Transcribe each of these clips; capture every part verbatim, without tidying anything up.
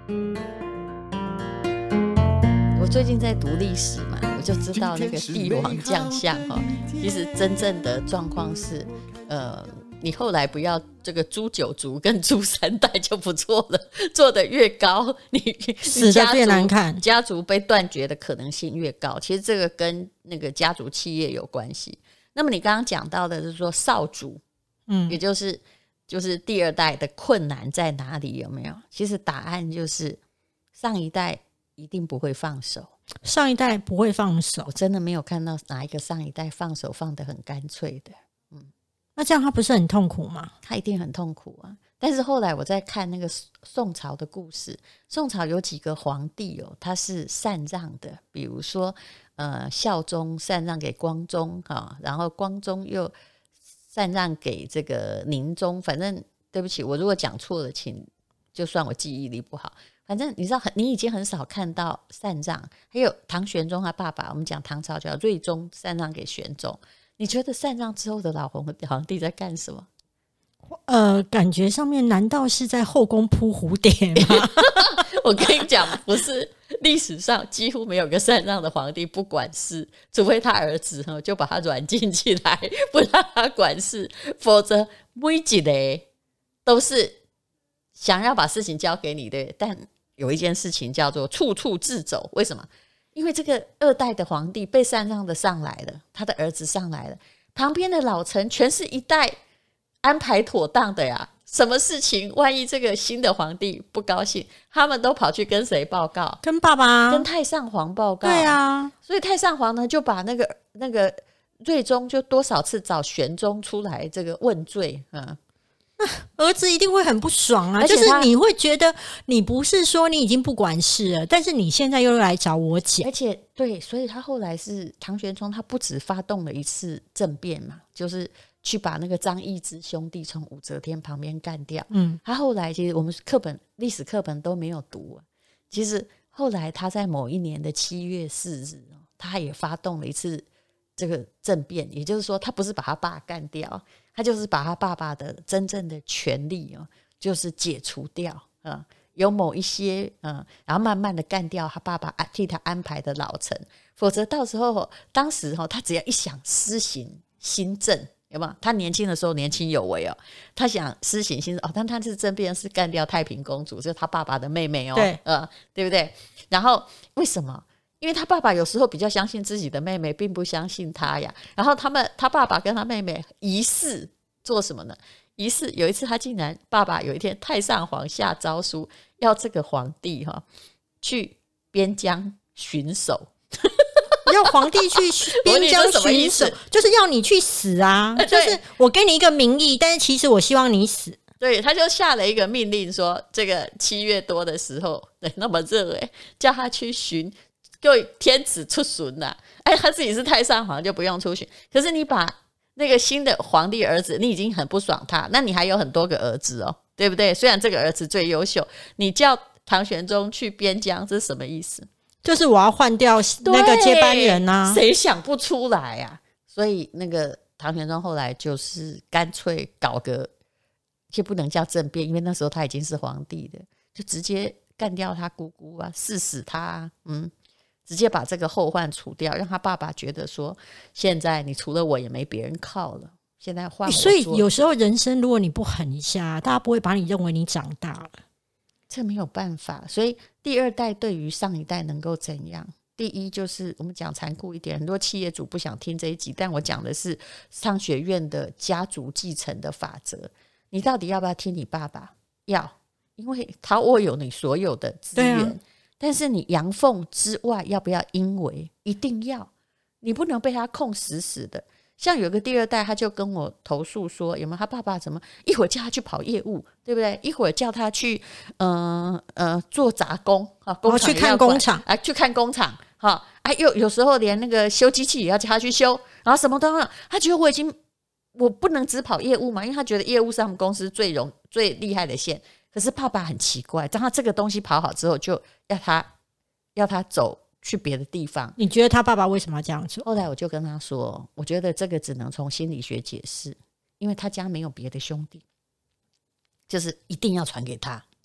我最近在读历史嘛，我就知道那个帝王将相哈，其实真正的状况是，呃，你后来不要这个诛九族跟诛三代就不错了，做得越高，你死得越难看， 家族被断绝的可能性越高。其实这个跟那个家族企业有关系。那么你刚刚讲到的是说少主，嗯，也就是就是第二代的困难在哪里？有没有？其实答案就是上一代一定不会放手， 上一代不会放手， 我真的没有看到哪一个上一代放手放得很干脆的。嗯， 那这样他不是很痛苦吗？ 他一定很痛苦啊。但是后来我在看那个宋朝的故事，宋朝有几个皇帝哦，他是禅让的，比如说呃孝宗禅让给光宗啊，然后光宗又禅让给这个宁宗，反正对不起，我如果讲错了，请就算我记忆力不好。反正你知道，你已经很少看到禅让，还有唐玄宗他爸爸，我们讲唐朝叫睿宗禅让给玄宗。你觉得禅让之后的老皇帝在干什么？ 呃，感觉上面难道是在后宫扑蝴蝶吗？ 我跟你讲，不是，历史上几乎没有个禅让的皇帝不管事，除非他儿子就把他软禁起来，不让他管事，否则每一个都是想要把事情交给你的。但有一件事情叫做处处自走，为什么？因为这个二代的皇帝被禅让的上来了，他的儿子上来了，旁边的老臣全是一代安排妥当的呀。什么事情万一这个新的皇帝不高兴，他们都跑去跟谁报告？ 跟爸爸， 跟太上皇报告。 对啊， 所以太上皇呢就把那个那个睿宗就多少次找玄宗出来这个问罪。嗯， 儿子一定会很不爽啊，就是你会觉得你不是说你已经不管事了，但是你现在又来找我讲。 而且对，所以他后来是唐玄宗，他不止发动了一次政变嘛，就是去把那个张易之兄弟从武则天旁边干掉。嗯，他后来其实我们课本历史课本都没有读、啊、其实后来他在某一年的七月四日，他也发动了一次这个政变，也就是说他不是把他爸干掉，他就是把他爸爸的真正的权力、哦、就是解除掉、嗯、有某一些、嗯、然后慢慢的干掉他爸爸替他安排的老臣，否则到时候当时、哦、他只要一想施行新政，有没有？他年轻的时候年轻有为哦，他想施行新政哦，但他这政变是干掉太平公主，就是他爸爸的妹妹哦， 对， 呃，对不对？然后为什么？因为他爸爸有时候比较相信自己的妹妹，并不相信他呀。然后他们，他爸爸跟他妹妹疑似做什么呢？疑似有一次，他竟然爸爸有一天太上皇下诏书，要这个皇帝哈、哦、去边疆巡守。 要皇帝去边疆巡守，就是要你去死啊！就是我给你一个名义，但是其实我希望你死。 对，他就下了一个命令说，这个七月多的时候，对，那么热哎，叫他去巡，各位天子出巡啦、啊。哎，他自己是太上皇就不用出巡，可是你把那个新的皇帝儿子，你已经很不爽他，那你还有很多个儿子哦，对不对？虽然这个儿子最优秀，你叫唐玄宗去边疆，这是什么意思？ 就是我要换掉那个接班人啊， 谁想不出来啊？所以那个唐玄宗后来就是干脆搞个，就不能叫政变，因为那时候他已经是皇帝了，就直接干掉他姑姑啊，赐死他啊，嗯，直接把这个后患除掉，让他爸爸觉得说，现在你除了我也没别人靠了，现在换我做。 所以有时候人生如果你不狠一下，大家不会把你认为你长大了。 这没有办法，所以第二代对于上一代能够怎样？第一就是我们讲残酷一点，很多企业主不想听这一集，但我讲的是商学院的家族继承的法则。你到底要不要听你爸爸？要，因为他握有你所有的资源、啊、但是你阳奉之外要不要因为？一定要，你不能被他控死死的。像有个第二代，他就跟我投诉说，有没有他爸爸怎么一会儿叫他去跑业务，对不对？一会儿叫他去呃呃做杂工啊，工厂、 哦、去看工厂啊，去看工厂哈，啊，又有时候连那个修机器也要叫他去修，然后什么都要。他觉得我已经我不能只跑业务嘛，因为他觉得业务是他们公司最容最厉害的线。可是爸爸很奇怪，当他这个东西跑好之后，就要他要他走。去别的地方。 你觉得他爸爸为什么要这样做？ 后来我就跟他说，我觉得这个只能从心理学解释，因为他家没有别的兄弟，就是一定要传给他。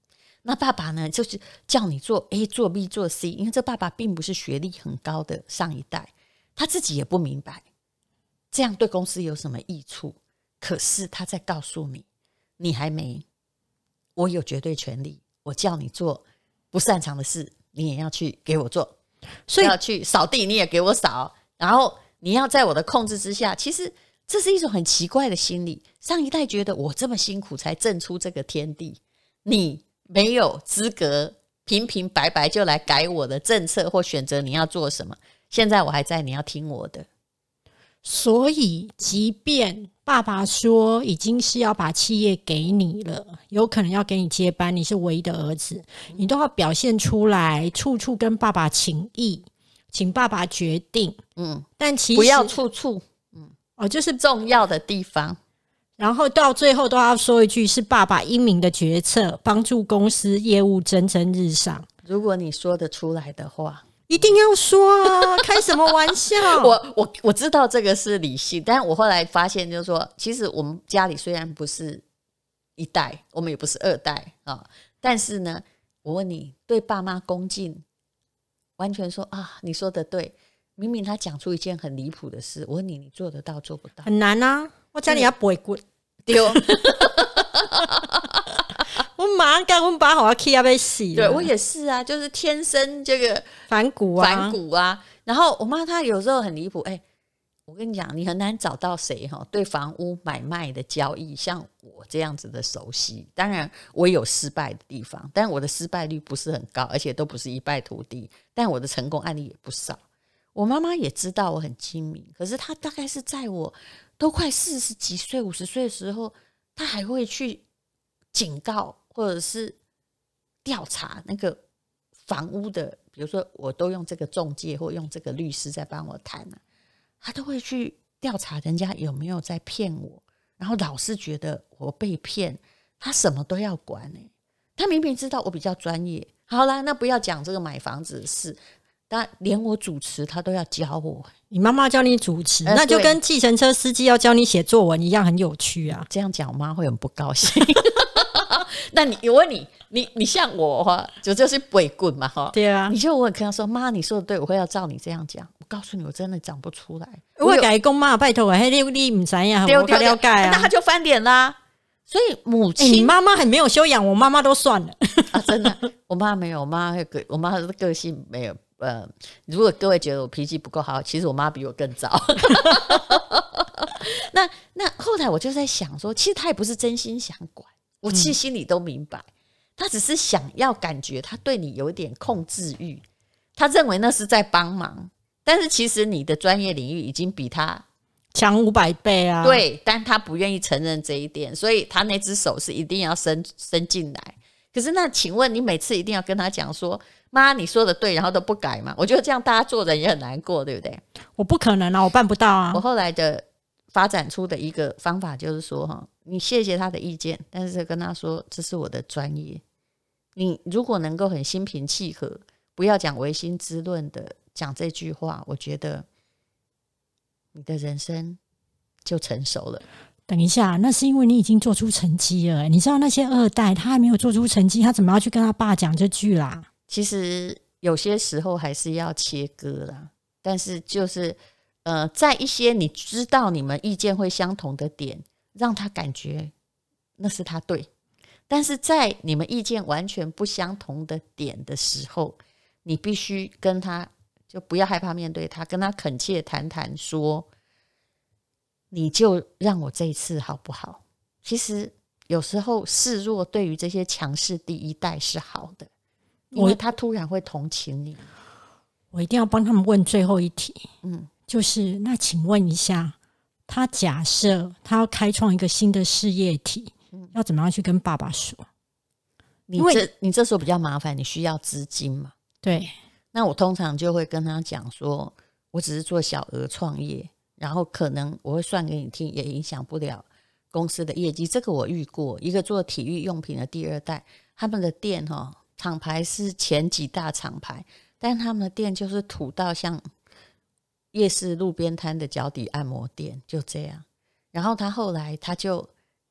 那爸爸呢，就是叫你做 A 做 B 做 C， 因为这爸爸并不是学历很高的上一代，他自己也不明白这样对公司有什么益处，可是他在告诉你，你还没，我有绝对权利，我叫你做不擅长的事，你也要去给我做，所以要去扫地你也给我扫，然后你要在我的控制之下。其实这是一种很奇怪的心理，上一代觉得我这么辛苦才挣出这个天地，你没有资格平平白白就来改我的政策或选择你要做什么，现在我还在，你要听我的。 所以即便爸爸说已经是要把企业给你了，有可能要给你接班，你是唯一的儿子，你都要表现出来，处处跟爸爸请益，请爸爸决定。嗯，但其实不要处处， 嗯，哦，就是重要的地方， 然后到最后都要说一句是爸爸英明的决策，帮助公司业务蒸蒸日上。 如果你说得出来的话， 一定要说啊！开什么玩笑？ 我我我知道这个是理性，但我后来发现，就是说，其实我们家里虽然不是一代，我们也不是二代啊，但是呢，我问你，对爸妈恭敬，完全说啊，你说的对。明明他讲出一件很离谱的事，我问你，你做得到做不到？ 很难啊！我家里要背骨丢。 我马上跟我爸好要气要被死。 对，我也是啊，就是天生这个反骨啊， 反骨啊。然后我妈她有时候很离谱，哎、欸，我跟你讲，你很难找到谁哈对房屋买卖的交易像我这样子的熟悉。当然，我有失败的地方，但我的失败率不是很高，而且都不是一败涂地。但我的成功案例也不少。我妈妈也知道我很精明，可是她大概是在我都快四十几岁、五十岁的时候，她还会去警告或者是调查那个房屋的，比如说我都用这个中介或用这个律师在帮我谈啊，他都会去调查人家有没有在骗我，然后老是觉得我被骗，他什么都要管、欸、他明明知道我比较专业。好啦，那不要讲这个买房子的事，但连我主持他都要教我。 你妈妈教你主持、呃、那就跟计程车司机要教你写作文一样，很有趣啊。 这样讲我妈会很不高兴。那你我问你，你你像我哈，就就是鬼棍嘛哈。 对啊， 你就我跟他说，妈，你说的对，我会要照你这样讲。我告诉你，我真的讲不出来。 我会跟你讲妈，拜托啊，你你不知呀，我不了解啊。 那他就翻脸啦。所以母亲， 欸、你妈妈很没有修养，我妈妈都算了啊，真的，我妈没有，我妈个我妈的个性没有。呃，如果各位觉得我脾气不够好，其实我妈比我更糟。那那后来我就在想说，其实她也不是真心想管。我其实心里都明白、嗯、他只是想要感觉他对你有一点控制欲，他认为那是在帮忙，但是其实你的专业领域已经比他强五百倍啊。 对，但他不愿意承认这一点，所以他那只手是一定要伸伸进来。可是那请问你每次一定要跟他讲说，妈你说的对，然后都不改吗？我觉得这样大家做人也很难过，对不对？ 我不可能啊，我办不到啊。 我后来的发展出的一个方法就是说，你谢谢他的意见，但是跟他说这是我的专业。你如果能够很心平气和，不要讲唯心之论的讲这句话，我觉得你的人生就成熟了。 等一下，那是因为你已经做出成绩了。你知道那些二代他还没有做出成绩，他怎么要去跟他爸讲这句啦？ 其实有些时候还是要切割啦，但是就是呃，在一些你知道你们意见会相同的点，让他感觉那是他对，但是在你们意见完全不相同的点的时候，你必须跟他，就不要害怕面对他，跟他恳切谈谈说，你就让我这一次好不好？其实有时候示弱对于这些强势第一代是好的，因为他突然会同情你。 我一定要帮他们问最后一题，嗯，就是那请问一下，他假设他要开创一个新的事业体、嗯、要怎么样去跟爸爸说？ 你这你这时候比较麻烦，你需要资金嘛？ 对， 那我通常就会跟他讲说，我只是做小额创业，然后可能我会算给你听，也影响不了公司的业绩。这个我遇过，一个做体育用品的第二代，他们的店、哦、厂牌是前几大厂牌，但他们的店就是土到像夜市路边摊的脚底按摩店，就这样。然后他后来他就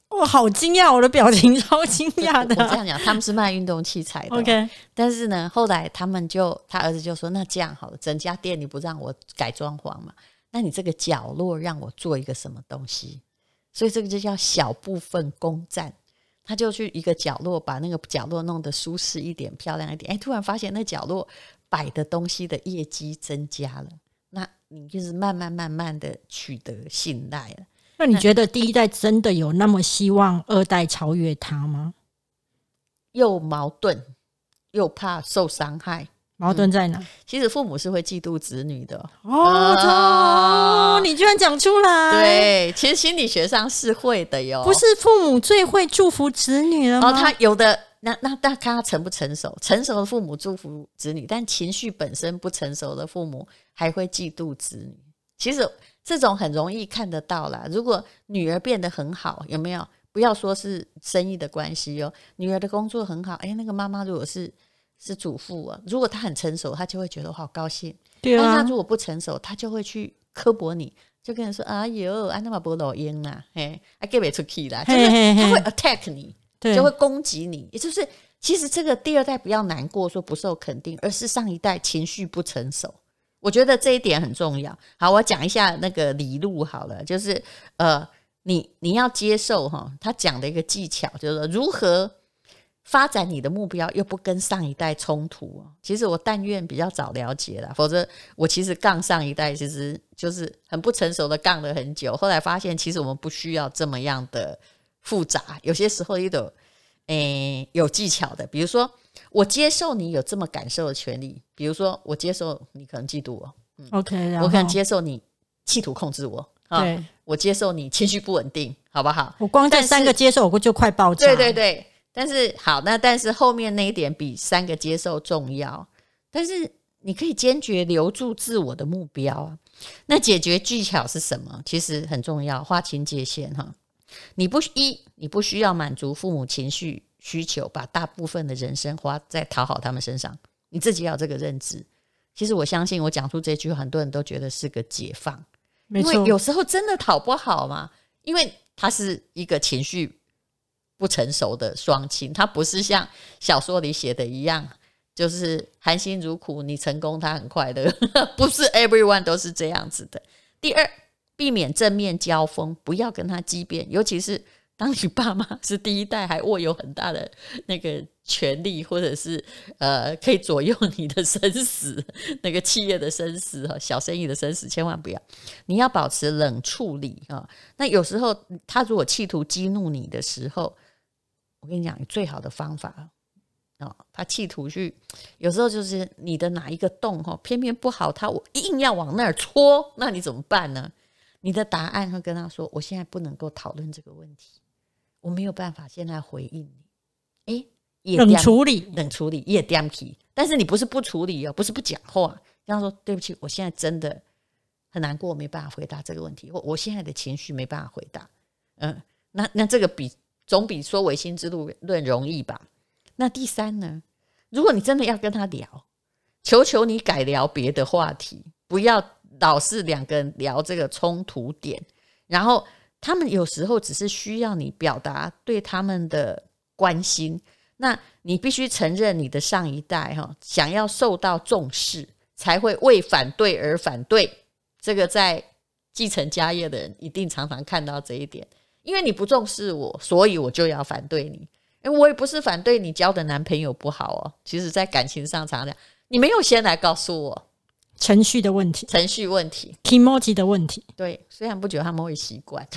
我好惊讶，我的表情超惊讶的。 我这样讲，他们是卖运动器材的、哦、 OK， 但是呢，后来他们就他儿子就说，那这样好了，整家店你不让我改装潢嘛，那你这个角落让我做一个什么东西，所以这个就叫小部分攻占。他就去一个角落，把那个角落弄得舒适一点漂亮一点，哎，突然发现那角落摆的东西的业绩增加了，那你就是慢慢慢慢的取得信赖了。 那你觉得第一代真的有那么希望二代超越他吗？ 又矛盾又怕受伤害。 矛盾在哪？ 嗯、其实父母是会嫉妒子女的哦、啊、你居然讲出来。 对，其实心理学上是会的哟。 不是父母最会祝福子女了吗？ 哦，他有的那那那看他成不成熟，成熟的父母祝福子女，但情绪本身不成熟的父母还会嫉妒子女。其实这种很容易看得到啦，如果女儿变得很好，有没有？不要说是生意的关系哦，女儿的工作很好，哎，那个妈妈如果是是主妇啊，如果她很成熟，她就会觉得我好高兴。 对啊， 但她如果不成熟，她就会去刻薄你，就跟人说：“哎呦，安那么不老鹰啦，嘿，啊，给不出去啦。”就是她会 attack 你，就会攻击你。也就是其实这个第二代不要难过，说不受肯定，而是上一代情绪不成熟。我觉得这一点很重要。好，我讲一下那个理路好了，就是呃，你你要接受哈，他讲的一个技巧就是说如何发展你的目标又不跟上一代冲突。其实我但愿比较早了解啦，否则我其实杠上一代其实就是很不成熟的杠了很久，后来发现其实我们不需要这么样的复杂，有些时候也有诶有技巧的。比如说我接受你有这么感受的权利，比如说我接受你可能嫉妒我、嗯、 OK， 我可能接受你企图控制我、啊、对，我接受你情绪不稳定，好不好？ 我光这三个接受我就快爆炸。 对对对，但是好，那但是后面那一点比三个接受重要。但是你可以坚决留住自我的目标啊。那解决技巧是什么？其实很重要，划清界限哈。你不一，你不需要满足父母情绪需求，把大部分的人生花在讨好他们身上，你自己要有这个认知。其实我相信我讲出这句很多人都觉得是个解放，因为有时候真的讨不好嘛，因为他是一个情绪不成熟的双亲，他不是像小说里写的一样就是含辛茹苦你成功他很快乐不是 everyone 都是这样子的。第二，避免正面交锋，不要跟他激辩，尤其是当你爸妈是第一代还握有很大的那个权力，或者是呃可以左右你的生死，那个企业的生死小生意的生死，千万不要，你要保持冷处理。那有时候他如果企图激怒你的时候，我跟你讲最好的方法、哦、他企图去有时候就是你的哪一个洞、哦、偏偏不好，他我硬要往那儿戳，那你怎么办呢？你的答案会跟他说，我现在不能够讨论这个问题，我没有办法现在回应你。诶，也冷处理冷处理也点起，但是你不是不处理哦，不是不讲话，跟他说对不起，我现在真的很难过，我没办法回答这个问题，或我现在的情绪没办法回答。嗯，那那这个比总比说唯心之论容易吧。那第三呢，如果你真的要跟他聊，求求你改聊别的话题，不要老是两个人聊这个冲突点，然后他们有时候只是需要你表达对他们的关心，那你必须承认你的上一代想要受到重视才会为反对而反对，这个在继承家业的人一定常常看到这一点。因为你不重视我，所以我就要反对你。我也不是反对你交的男朋友不好哦，其实在感情上常常你没有先来告诉我程序的问题， 程序问题 Kimoji 的问题。 对，虽然不久他们会习惯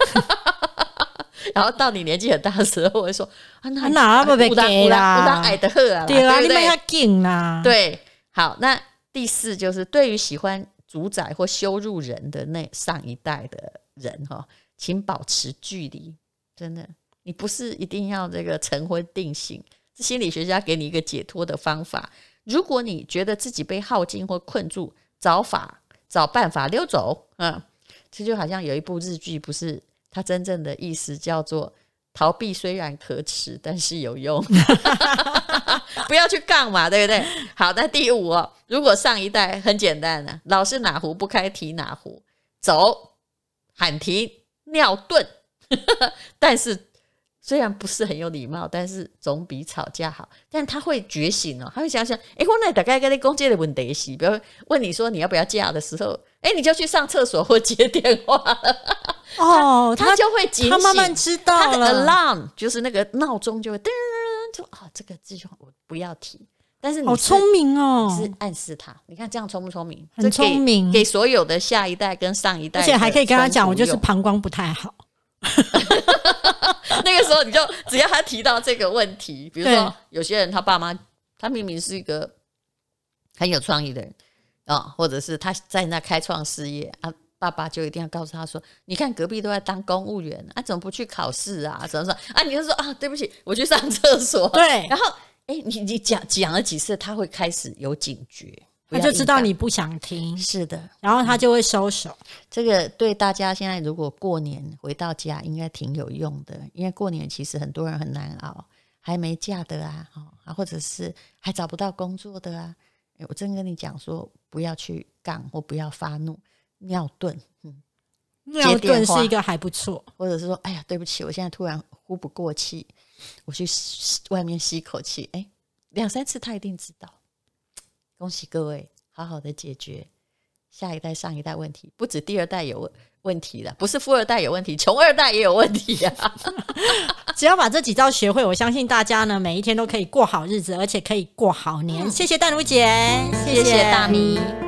然后到你年纪很大的时候我会说啊，那哪不被给啦， 有人爱的喝啊， 对啊， 对不对？ 你们要紧啦。 对，好，那第四就是对于喜欢主宰或羞辱人的那上一代的人哈，请保持距离。真的，你不是一定要这个成婚定性，是心理学家给你一个解脱的方法。如果你觉得自己被耗尽或困住，找法找办法溜走。嗯，这就好像有一部日剧，不是它真正的意思叫做逃避虽然可耻但是有用不要去杠嘛，对不对？好，那第五哦，如果上一代很简单的，老是哪壶不开提哪壶，走喊停尿遁但是虽然不是很有礼貌，但是总比吵架好。但他会觉醒哦，他会想想，哎，我那大概跟你讲这个问题是，比如问你说你要不要嫁的时候，哎，你就去上厕所或接电话了。 哦， 他, 他就会警醒， 他慢慢知道了， 他的 alarm 就是那个闹钟就会噔，就啊、哦，这个字我不要提。但是你是好聪明哦， 你是暗示他，你看这样聪不聪明？ 很聪明， 给, 给所有的下一代跟上一代， 而且还可以跟他讲，我就是膀胱不太好。 那个时候你就只要他提到这个问题，比如说有些人他爸妈他明明是一个很有创意的人啊、哦，或者是他在那开创事业啊，爸爸就一定要告诉他说，你看隔壁都在当公务员啊，怎么不去考试啊，怎么说啊，你就说啊，对不起，我去上厕所。 对， 然后哎，你你讲讲了几次，他会开始有警觉， 他就知道你不想听， 是的， 然后他就会收手、嗯、 这个对大家现在如果过年回到家应该挺有用的，因为过年其实很多人很难熬，还没嫁的啊，或者是还找不到工作的啊，我真跟你讲说不要去杠或不要发怒，尿遁、嗯、 尿遁是一个还不错， 或者是说哎呀对不起我现在突然呼不过气，我去外面吸口气，哎，两三次他一定知道。恭喜各位，好好的解决下一代上一代问题，不止第二代有问题了，不是富二代有问题，穷二代也有问题啊。 只要把这几招学会，我相信大家呢每一天都可以过好日子，而且可以过好年、嗯、谢谢淡如姐， 谢谢大米。